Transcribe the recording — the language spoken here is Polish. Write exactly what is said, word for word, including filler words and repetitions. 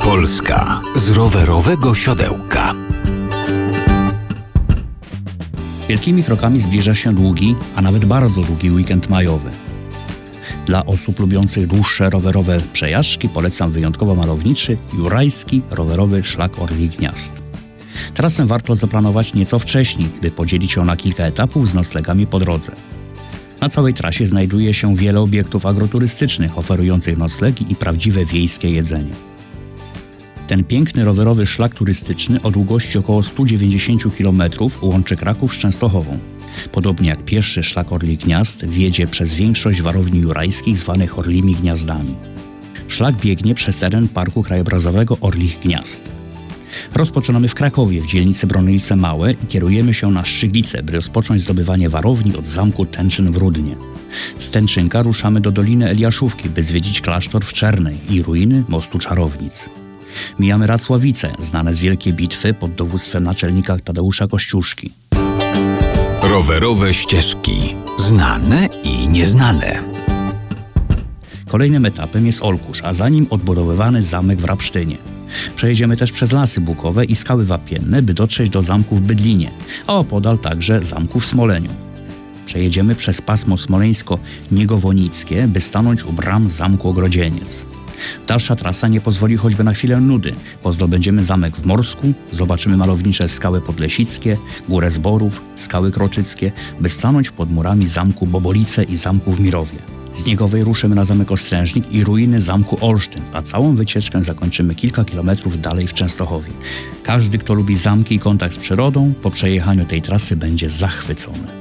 Polska z rowerowego siodełka. Wielkimi krokami zbliża się długi, a nawet bardzo długi weekend majowy. Dla osób lubiących dłuższe rowerowe przejażdżki polecam wyjątkowo malowniczy Jurajski rowerowy szlak Orlich Gniazd. Trasę warto zaplanować nieco wcześniej, by podzielić ją na kilka etapów z noclegami po drodze. Na całej trasie znajduje się wiele obiektów agroturystycznych oferujących noclegi i prawdziwe wiejskie jedzenie. Ten piękny rowerowy szlak turystyczny o długości około sto dziewięćdziesiąt kilometrów łączy Kraków z Częstochową. Podobnie jak pierwszy szlak Orlich Gniazd wiedzie przez większość warowni jurajskich zwanych Orlimi Gniazdami. Szlak biegnie przez teren Parku Krajobrazowego Orlich Gniazd. Rozpoczynamy w Krakowie, w dzielnicy Bronice Małe i kierujemy się na Szczyglicę, by rozpocząć zdobywanie warowni od zamku Tęczyn w Rudnie. Z Tęczynka ruszamy do Doliny Eliaszówki, by zwiedzić klasztor w Czernej i ruiny mostu Czarownic. Mijamy Racławice, znane z wielkiej bitwy pod dowództwem naczelnika Tadeusza Kościuszki. Rowerowe ścieżki. Znane i nieznane. Kolejnym etapem jest Olkusz, a za nim odbudowywany zamek w Rabsztynie. Przejedziemy też przez Lasy Bukowe i Skały Wapienne, by dotrzeć do zamku w Bydlinie, a opodal także zamku w Smoleniu. Przejedziemy przez pasmo smoleńsko-niegowonickie, by stanąć u bram zamku Ogrodzieniec. Dalsza trasa nie pozwoli choćby na chwilę nudy, bo zdobędziemy zamek w Morsku, zobaczymy malownicze skały podlesickie, Górę Zborów, skały kroczyckie, by stanąć pod murami zamku Bobolice i zamku w Mirowie. Z Niegowej ruszymy na zamek Ostrężnik i ruiny zamku Olsztyn, a całą wycieczkę zakończymy kilka kilometrów dalej w Częstochowie. Każdy, kto lubi zamki i kontakt z przyrodą, po przejechaniu tej trasy będzie zachwycony.